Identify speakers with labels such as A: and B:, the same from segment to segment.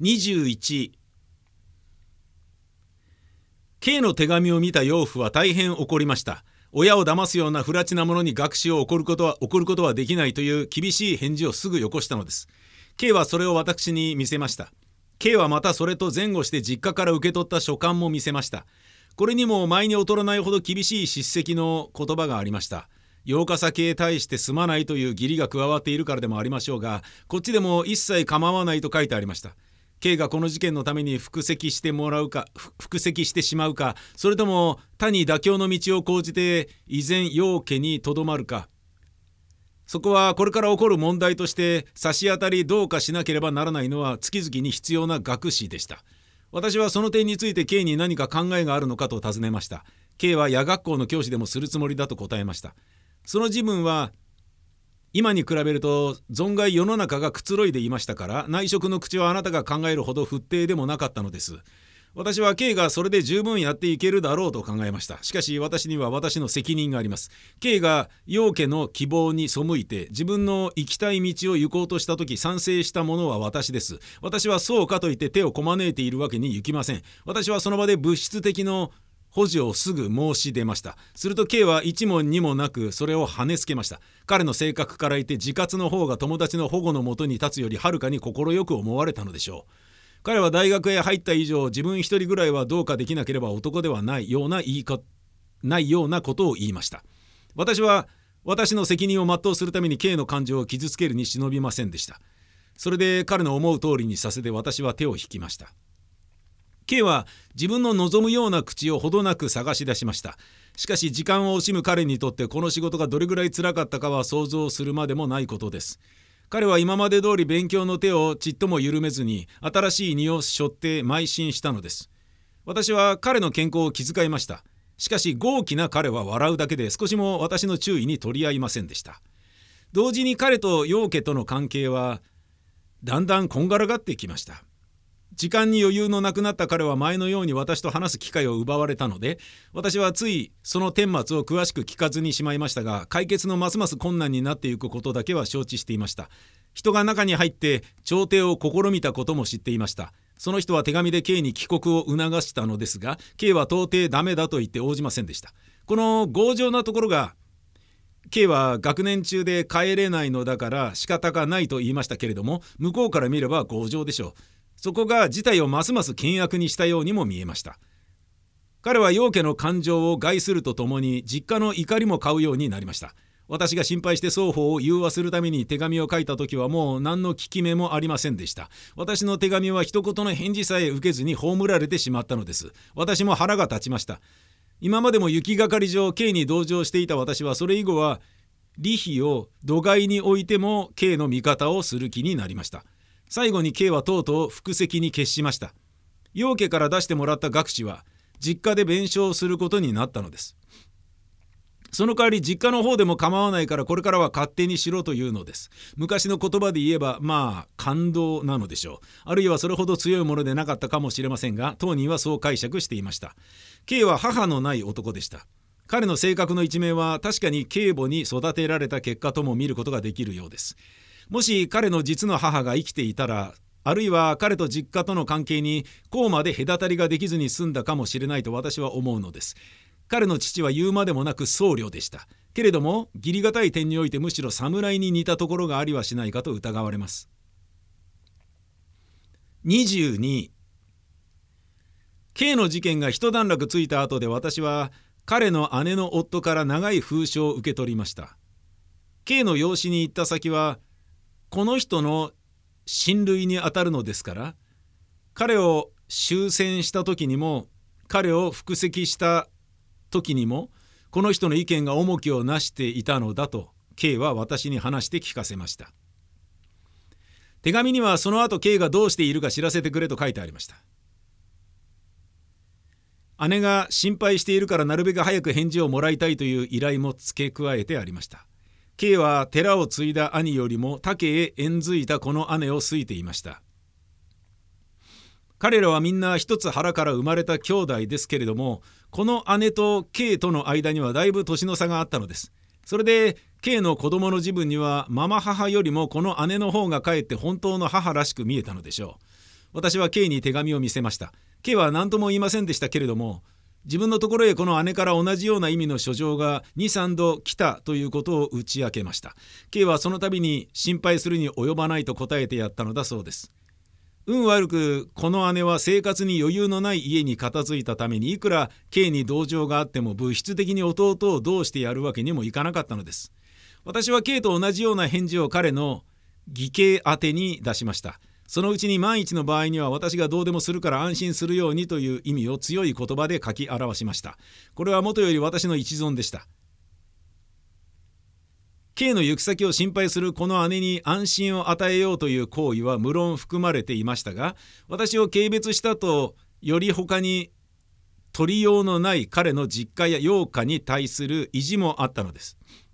A: 21、K の手紙を見た養父は大変怒りました。親を騙すような不埒な者に学士を送ることはできないという厳しい返事をすぐよこしたのです。K はそれを私に見せました。K はまたそれと前後して実家から受け取った書簡も見せました。これにも前に劣らないほど厳しい叱責の言葉がありました。8日先へ対してすまないという義理が加わっているからでもありましょうが、こっちでも一切構わないと書いてありました。K がこの事件のために服責してしまうか、それとも他に妥協の道を講じて依然養家にとどまるか、そこはこれから起こる問題として差し当たりどうかしなければならないのは月々に必要な学士でした。私はその点について K に何か考えがあるのかと尋ねました。K は夜学校の教師でもするつもりだと答えました。その自分は今に比べると存外世の中がくつろいでいましたから、内職の口はあなたが考えるほど不定でもなかったのです。私は K がそれで十分やっていけるだろうと考えました。しかし私には私の責任があります。K が養家の希望に背いて自分の行きたい道を行こうとしたとき賛成したものは私です。私はそうかといって手をこまねいているわけにいきません。私はその場で物質的の補助をすぐ申し出ました。すると K は一問二もなくそれを跳ねつけました。彼の性格からいて自活の方が友達の保護のもとに立つよりはるかに快く思われたのでしょう。彼は大学へ入った以上、自分一人ぐらいはどうかできなければ男ではないようなことを言いました。私は私の責任を全うするために K の感情を傷つけるに忍びませんでした。それで彼の思う通りにさせて私は手を引きました。K は自分の望むような口をほどなく探し出しました。しかし時間を惜しむ彼にとってこの仕事がどれぐらい辛かったかは想像するまでもないことです。彼は今まで通り勉強の手をちっとも緩めずに新しい荷を背負って邁進したのです。私は彼の健康を気遣いました。しかし豪気な彼は笑うだけで少しも私の注意に取り合いませんでした。同時に彼と養家との関係はだんだんこんがらがってきました。時間に余裕のなくなった彼は前のように私と話す機会を奪われたので、私はついその顛末を詳しく聞かずにしまいましたが、解決のますます困難になっていくことだけは承知していました。人が中に入って調停を試みたことも知っていました。その人は手紙で K に帰国を促したのですが、 K は到底ダメだと言って応じませんでした。この強情なところが K は学年中で帰れないのだから仕方がないと言いましたけれども、向こうから見れば強情でしょう。そこが事態をますます険悪にしたようにも見えました。彼は養家の感情を害するとともに実家の怒りも買うようになりました。私が心配して双方を融和するために手紙を書いた時はもう何の効き目もありませんでした。私の手紙は一言の返事さえ受けずに葬られてしまったのです。私も腹が立ちました。今までも行きがかり上 K に同情していた私はそれ以後は利費を度外においても K の味方をする気になりました。最後に K はとうとう服責に決しました。養家から出してもらった学士は実家で弁償することになったのです。その代わり実家の方でも構わないからこれからは勝手にしろというのです。昔の言葉で言えば感動なのでしょう。あるいはそれほど強いものでなかったかもしれませんが、当人はそう解釈していました。 K は母のない男でした。彼の性格の一面は確かに継母に育てられた結果とも見ることができるようです。もし彼の実の母が生きていたら、あるいは彼と実家との関係にこうまで隔たりができずに済んだかもしれないと私は思うのです。彼の父は言うまでもなく僧侶でした。けれども義理がたい点においてむしろ侍に似たところがありはしないかと疑われます。22、K の事件が一段落ついた後で私は彼の姉の夫から長い封書を受け取りました。 K の養子に行った先はこの人の親類にあたるのですから、彼を終戦した時にも彼を服責した時にもこの人の意見が重きをなしていたのだと K は私に話して聞かせました。手紙にはその後 K がどうしているか知らせてくれと書いてありました。姉が心配しているからなるべく早く返事をもらいたいという依頼も付け加えてありました。K は寺を継いだ兄よりも他家へ縁づいたこの姉を好いていました。彼らはみんな一つ腹から生まれた兄弟ですけれども、この姉と K との間にはだいぶ年の差があったのです。それで K の子供の自分にはママ母よりもこの姉の方がかえって本当の母らしく見えたのでしょう。 私は K に手紙を見せました。K は何とも言いませんでしたけれども、自分のところへこの姉から同じような意味の書状が 2,3 度来たということを打ち明けました。K はその度に心配するに及ばないと答えてやったのだそうです。運悪くこの姉は生活に余裕のない家に片付いたために、いくら K に同情があっても物質的に弟をどうしてやるわけにもいかなかったのです。私は K と同じような返事を彼の義兄宛てに出しました。そのうちに万一の場合には私がどうでもするから安心するようにという意味を強い言葉で書き表しました。これはもとより私の一存でした。K の行く先を心配するこの姉に安心を与えようという行為は無論含まれていましたが、私を軽蔑したとより他に取りようのない彼の実家や養家に対する意地もあったのです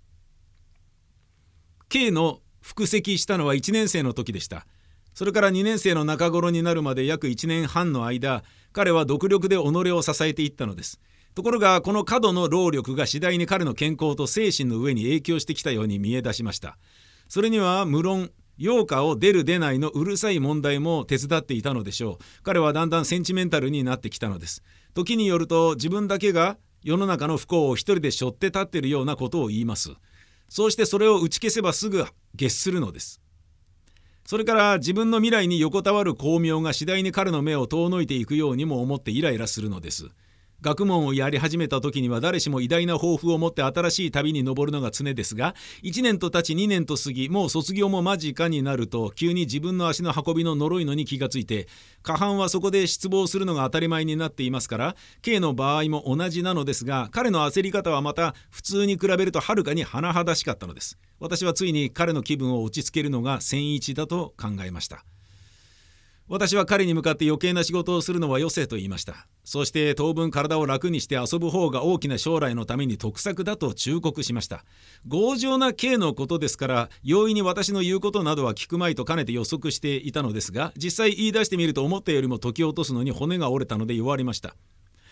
A: 。K の復籍したのは1年生の時でした。それから2年生の中頃になるまで約1年半の間、彼は独力で己を支えていったのです。ところがこの過度の労力が次第に彼の健康と精神の上に影響してきたように見え出しました。それには無論養家を出る出ないのうるさい問題も手伝っていたのでしょう。彼はだんだんセンチメンタルになってきたのです。時によると自分だけが世の中の不幸を一人で背負って立っているようなことを言います。そうしてそれを打ち消せばすぐ月するのです。それから自分の未来に横たわる巧妙が次第に彼の目を遠のいていくようにも思ってイライラするのです。学問をやり始めた時には誰しも偉大な抱負を持って新しい旅に登るのが常ですが、1年と経ち2年と過ぎ、もう卒業も間近になると急に自分の足の運びの呪いのに気がついて、過半はそこで失望するのが当たり前になっていますから、 K の場合も同じなのですが、彼の焦り方はまた普通に比べるとはるかに甚だしかったのです。私はついに彼の気分を落ち着けるのが千一だと考えました。私は彼に向かって余計な仕事をするのはよせと言いました。そして当分体を楽にして遊ぶ方が大きな将来のために得策だと忠告しました。強情な K のことですから容易に私の言うことなどは聞くまいとかねて予測していたのですが、実際言い出してみると思ったよりも解き落とすのに骨が折れたので弱りました。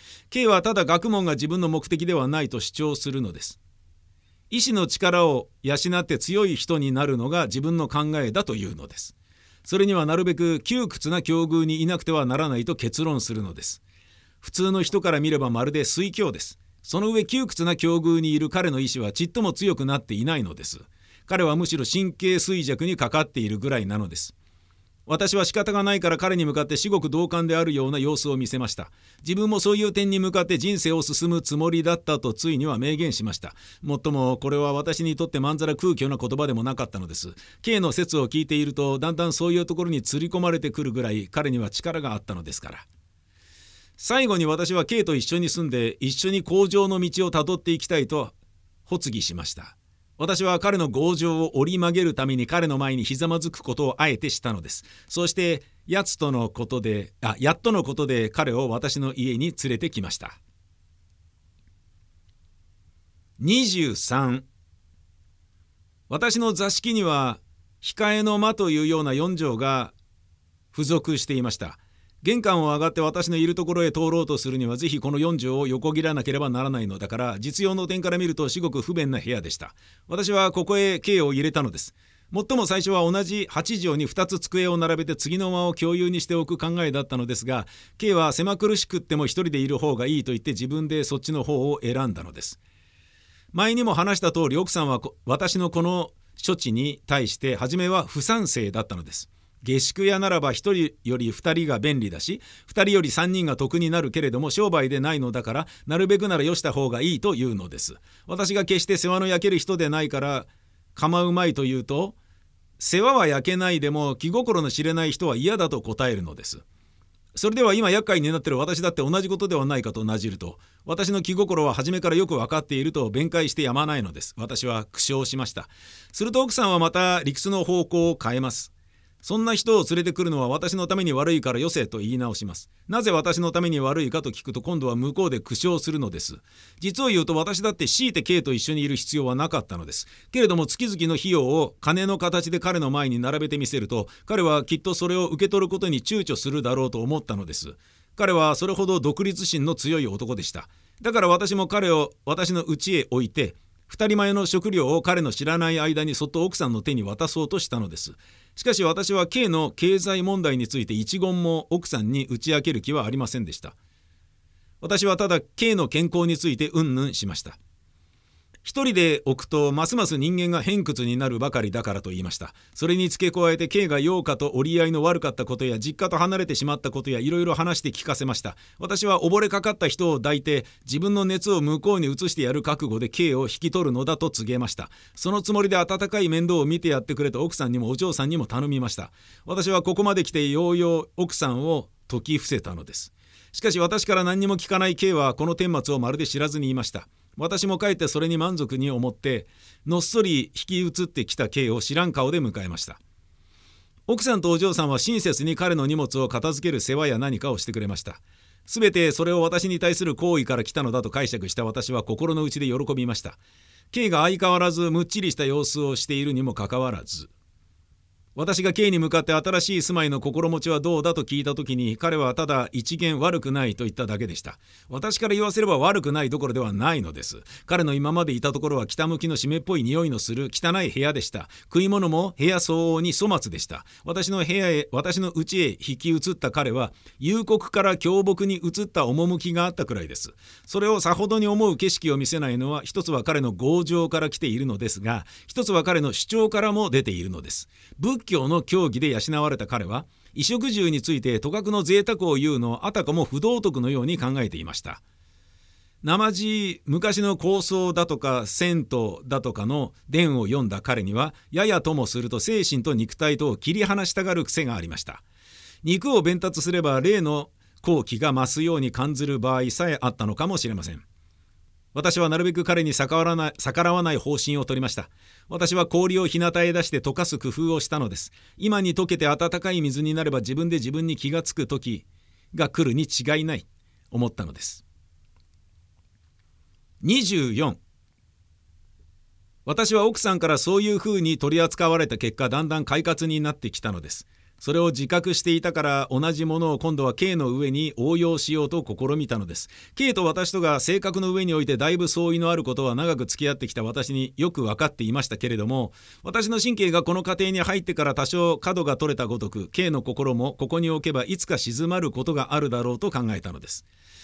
A: K はただ学問が自分の目的ではないと主張するのです。意志の力を養って強い人になるのが自分の考えだというのです。それにはなるべく窮屈な境遇にいなくてはならないと結論するのです。普通の人から見ればまるで水郷です。その上窮屈な境遇にいる彼の意志はちっとも強くなっていないのです。彼はむしろ神経衰弱にかかっているぐらいなのです。私は仕方がないから彼に向かって至極同感であるような様子を見せました。自分もそういう点に向かって人生を進むつもりだったとついには明言しました。もっともこれは私にとってまんざら空虚な言葉でもなかったのです。 K の説を聞いているとだんだんそういうところに釣り込まれてくるぐらい彼には力があったのですから。最後に私は K と一緒に住んで一緒に向上の道をたどっていきたいと発議しました。私は彼の強情を折り曲げるために彼の前にひざまずくことをあえてしたのです。そしてやっとのことで彼を私の家に連れてきました。23、私の座敷には控えの間というような4畳が付属していました。玄関を上がって私のいるところへ通ろうとするにはぜひこの4畳を横切らなければならないのだから、実用の点から見ると至極不便な部屋でした。私はここへ K を入れたのです。もっとも最初は同じ8畳に2つ机を並べて次の間を共有にしておく考えだったのですが、 K は狭苦しくっても一人でいる方がいいと言って自分でそっちの方を選んだのです。前にも話した通り、奥さんは私のこの処置に対して初めは不賛成だったのです。下宿屋ならば1人より2人が便利だし、2人より3人が得になるけれども商売でないのだからなるべくならよした方がいいというのです。私が決して世話の焼ける人でないから構うまいと言うと、世話は焼けないでも気心の知れない人は嫌だと答えるのです。それでは今厄介になっている私だって同じことではないかとなじると、私の気心は初めからよく分かっていると弁解してやまないのです。私は苦笑しました。すると奥さんはまた理屈の方向を変えます。そんな人を連れてくるのは私のために悪いからよせと言い直します。なぜ私のために悪いかと聞くと今度は向こうで苦笑するのです。実を言うと私だって強いて K と一緒にいる必要はなかったのです。けれども月々の費用を金の形で彼の前に並べてみせると、彼はきっとそれを受け取ることに躊躇するだろうと思ったのです。彼はそれほど独立心の強い男でした。だから私も彼を私の家へ置いて 2人前の食料を彼の知らない間にそっと奥さんの手に渡そうとしたのです。しかし私は K の経済問題について一言も奥さんに打ち明ける気はありませんでした。私はただ K の健康についてうんぬんしました。一人で置くとますます人間が偏屈になるばかりだからと言いました。それに付け加えて K が陽花と折り合いの悪かったことや実家と離れてしまったことやいろいろ話して聞かせました。私は溺れかかった人を抱いて自分の熱を向こうに移してやる覚悟で K を引き取るのだと告げました。そのつもりで温かい面倒を見てやってくれと奥さんにもお嬢さんにも頼みました。私はここまで来てようよう奥さんを説き伏せたのです。しかし私から何にも聞かない K はこの顛末をまるで知らずにいました。私も帰ってそれに満足に思ってのっそり引き移ってきた K を知らん顔で迎えました。奥さんとお嬢さんは親切に彼の荷物を片付ける世話や何かをしてくれました。すべてそれを私に対する好意から来たのだと解釈した私は心の内で喜びました。 K が相変わらずむっちりした様子をしているにもかかわらず、私が K に向かって新しい住まいの心持ちはどうだと聞いた時に彼はただ一見悪くないと言っただけでした。私から言わせれば悪くないどころではないのです。彼の今までいたところは北向きの湿っぽい匂いのする汚い部屋でした。食い物も部屋相応に粗末でした。私の家へ引き移った彼は幽谷から凶木に移った趣があったくらいです。それをさほどに思う景色を見せないのは一つは彼の強情から来ているのですが、一つは彼の主張からも出ているのです。仏教の教義で養われた彼は衣食住についてとかくの贅沢を言うのをあたかも不道徳のように考えていました。生地昔の高僧だとか銭湯だとかの伝を読んだ彼にはややともすると精神と肉体とを切り離したがる癖がありました。肉を鞭撻すれば霊の好奇が増すように感じる場合さえあったのかもしれません。私はなるべく彼に逆らわない方針を取りました。私は氷を日向へ出して溶かす工夫をしたのです。今に溶けて温かい水になれば自分で自分に気がつく時が来るに違いない思ったのです。24、私は奥さんからそういうふうに取り扱われた結果だんだん快活になってきたのです。それを自覚していたから同じものを今度は K の上に応用しようと試みたのです。 K と私とが性格の上においてだいぶ相違のあることは長く付き合ってきた私によく分かっていましたけれども、私の神経がこの過程に入ってから多少角が取れたごとく K の心もここに置けばいつか静まることがあるだろうと考えたのです。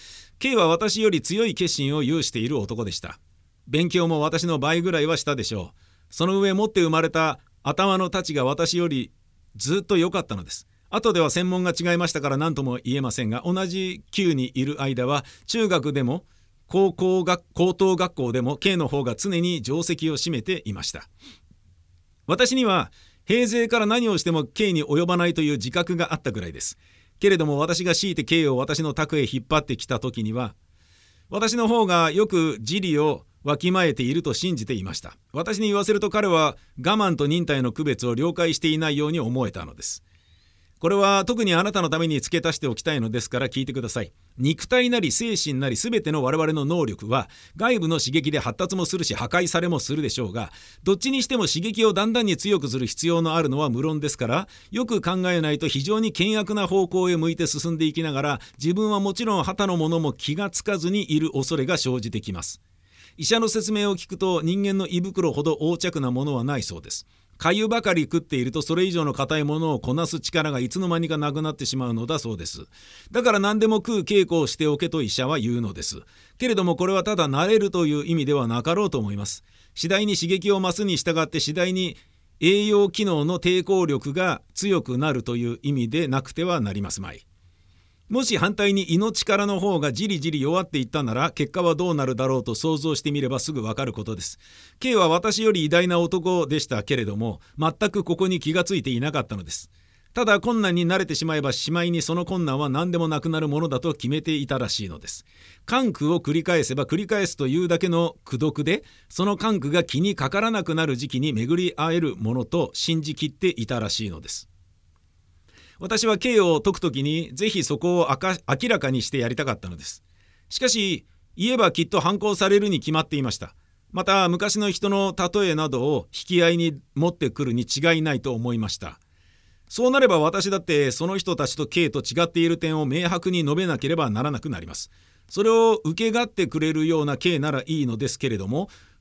A: K は私より強い決心を有している男でした。勉強も私の倍ぐらいはしたでしょう。その上持って生まれた頭の太刀が私よりずっと良かったのです。後では専門が違いましたから何とも言えませんが、同じ級にいる間は中学でも高等学校でも K の方が常に定石を占めていました。私には平勢から何をしても K に及ばないという自覚があったくらいです。けれども私が強いて K を私の宅へ引っ張ってきた時には私の方がよく自利をわきまえていると信じていました。私に言わせると彼は我慢と忍耐の区別を了解していないように思えたのです。これは特にあなたのために付け足しておきたいのですから聞いてください。肉体なり精神なり全ての我々の能力は外部の刺激で発達もするし破壊されもするでしょうが、どっちにしても刺激をだんだんに強くする必要のあるのは無論ですから、よく考えないと非常に険悪な方向へ向いて進んでいきながら自分はもちろん旗の者も気がつかずにいる恐れが生じてきます。医者の説明を聞くと人間の胃袋ほど横着なものはないそうです。粥ばかり食っているとそれ以上の硬いものをこなす力がいつの間にかなくなってしまうのだそうです。だから何でも食う稽古をしておけと医者は言うのです。けれどもこれはただ慣れるという意味ではなかろうと思います。次第に刺激を増すに従って次第に栄養機能の抵抗力が強くなるという意味でなくてはなりますまい。もし反対に胃の力の方がじりじり弱っていったなら結果はどうなるだろうと想像してみればすぐわかることです。K は私より偉大な男でしたけれども全くここに気がついていなかったのです。ただ困難に慣れてしまえばしまいにその困難は何でもなくなるものだと決めていたらしいのです。寒苦を繰り返せば繰り返すというだけの功徳でその寒苦が気にかからなくなる時期に巡り会えるものと信じきっていたらしいのです。私は K を解くときにぜひそこを明らかにしてやりたかったのです。しかし言えばきっと反抗されるに決まっていました。また昔の人の例えなどを引き合いに持ってくるに違いないと思いました。そうなれば私だってその人たちと K と違っている点を明白に述べなければならなくなります。それを受けがってくれるような K ならいいのですけれども、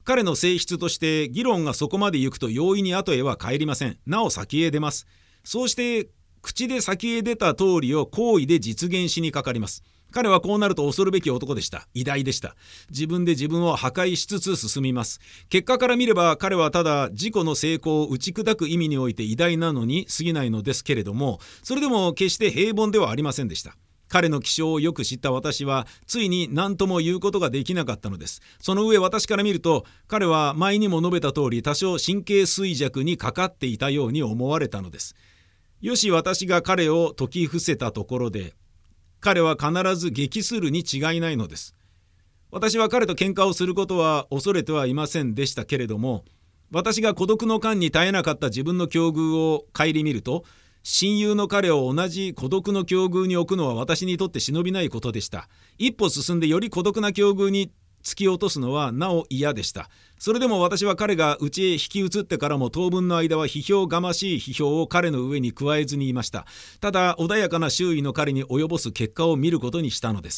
A: 彼の性質として議論がそこまで行くと容易に後へは帰りません。なお先へ出ます。そうして口で先へ出た通りを行為で実現しにかかります。彼はこうなると恐るべき男でした。偉大でした。自分で自分を破壊しつつ進みます。結果から見れば彼はただ自己の成功を打ち砕く意味において偉大なのに過ぎないのですけれども、それでも決して平凡ではありませんでした。彼の気性をよく知った私はついに何とも言うことができなかったのです。その上私から見ると彼は前にも述べた通り多少神経衰弱にかかっていたように思われたのです。よし私が彼を説き伏せたところで彼は必ず激するに違いないのです。私は彼と喧嘩をすることは恐れてはいませんでしたけれども、私が孤独の間に絶えなかった自分の境遇を顧みると、親友の彼を同じ孤独の境遇に置くのは私にとって忍びないことでした。一歩進んでより孤独な境遇に突き落とすのはなお嫌でした。それでも私は彼が家へ引き移ってからも当分の間は批評がましい批評を彼の上に加えずにいました。ただ穏やかな周囲の彼に及ぼす結果を見ることにしたのです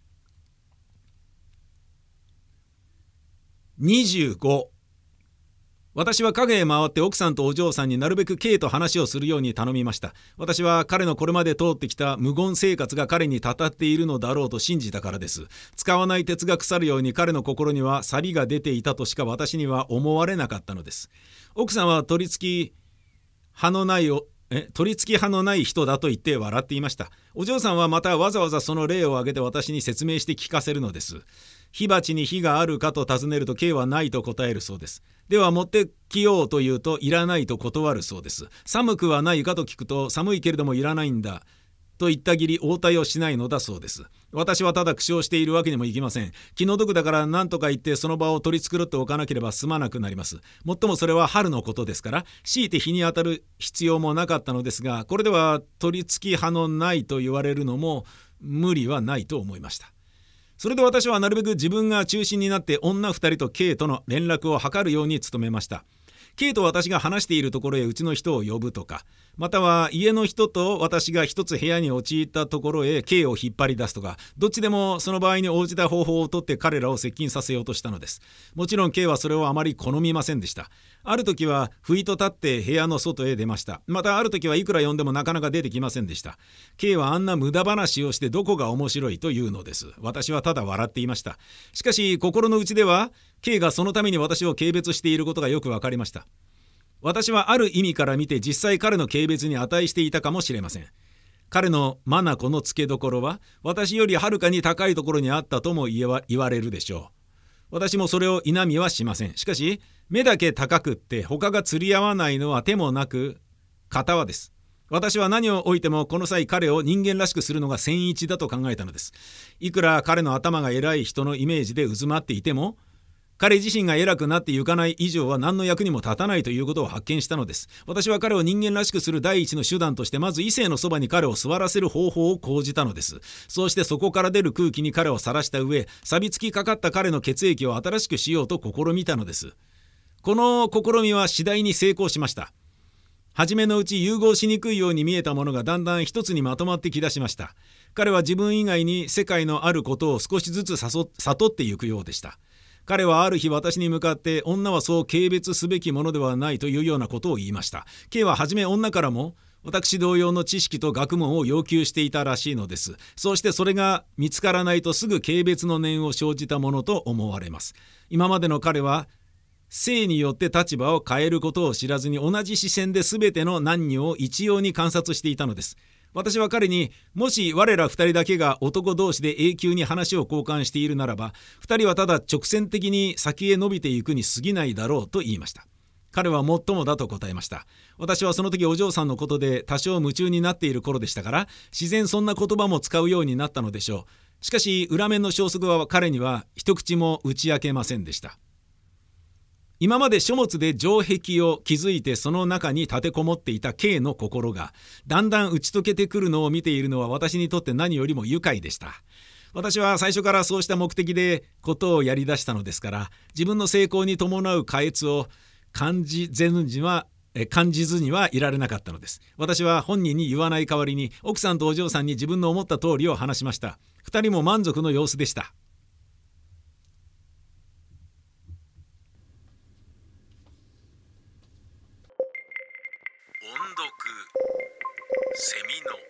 A: 。25、私は影へ回って奥さんとお嬢さんになるべく K と話をするように頼みました。私は彼のこれまで通ってきた無言生活が彼にたたっているのだろうと信じたからです。使わない鉄が腐るように彼の心には錆が出ていたとしか私には思われなかったのです。奥さんは取り付き派のない人だと言って笑っていました。お嬢さんはまたわざわざその例を挙げて私に説明して聞かせるのです。火鉢に火があるかと尋ねると K はないと答えるそうです。では持ってきようと言うといらないと断るそうです。寒くはないかと聞くと寒いけれどもいらないんだと言ったきり応対をしないのだそうです。私はただ苦笑しているわけにもいきません。気の毒だから何とか言ってその場を取り繕っておかなければ済まなくなります。もっともそれは春のことですから強いて日に当たる必要もなかったのですが、これでは取り付き派のないと言われるのも無理はないと思いました。それで私はなるべく自分が中心になって女2人と K との連絡を図るように努めました。K と私が話しているところへうちの人を呼ぶとか、または家の人と私が一つ部屋に陥ったところへ K を引っ張り出すとか、どっちでもその場合に応じた方法をとって彼らを接近させようとしたのです。もちろん K はそれをあまり好みませんでした。ある時は不意と立って部屋の外へ出ました。またある時はいくら呼んでもなかなか出てきませんでした。K はあんな無駄話をしてどこが面白いというのです。私はただ笑っていました。しかし心の内では K がそのために私を軽蔑していることがよくわかりました。私はある意味から見て実際彼の軽蔑に値していたかもしれません。彼の眼の付けどころは私よりはるかに高いところにあったとも言われるでしょう。私もそれを否みはしません。しかし目だけ高くって他が釣り合わないのは手もなく片輪です。私は何をおいてもこの際彼を人間らしくするのが千一だと考えたのです。いくら彼の頭が偉い人のイメージで渦まっていても彼自身が偉くなっていかない以上は何の役にも立たないということを発見したのです。私は彼を人間らしくする第一の手段としてまず異性のそばに彼を座らせる方法を講じたのです。そうしてそこから出る空気に彼をさらした上、錆びつきかかった彼の血液を新しくしようと試みたのです。この試みは次第に成功しました。初めのうち融合しにくいように見えたものがだんだん一つにまとまってきだしました。彼は自分以外に世界のあることを少しずつ悟っていくようでした。彼はある日私に向かって女はそう軽蔑すべきものではないというようなことを言いました。K ははじめ女からも私同様の知識と学問を要求していたらしいのです。そうしてそれが見つからないとすぐ軽蔑の念を生じたものと思われます。今までの彼は性によって立場を変えることを知らずに同じ視線で全ての男女を一様に観察していたのです。私は彼にもし我ら二人だけが男同士で永久に話を交換しているならば二人はただ直線的に先へ伸びていくに過ぎないだろうと言いました。彼はもっともだと答えました。私はその時お嬢さんのことで多少夢中になっている頃でしたから自然そんな言葉も使うようになったのでしょう。しかし裏面の消息は彼には一口も打ち明けませんでした。今まで書物で城壁を築いてその中に立てこもっていた K の心がだんだん打ち解けてくるのを見ているのは私にとって何よりも愉快でした。私は最初からそうした目的でことをやり出したのですから自分の成功に伴う過越を感じずにはいられなかったのです。私は本人に言わない代わりに奥さんとお嬢さんに自分の思った通りを話しました。二人も満足の様子でした。 音読セミの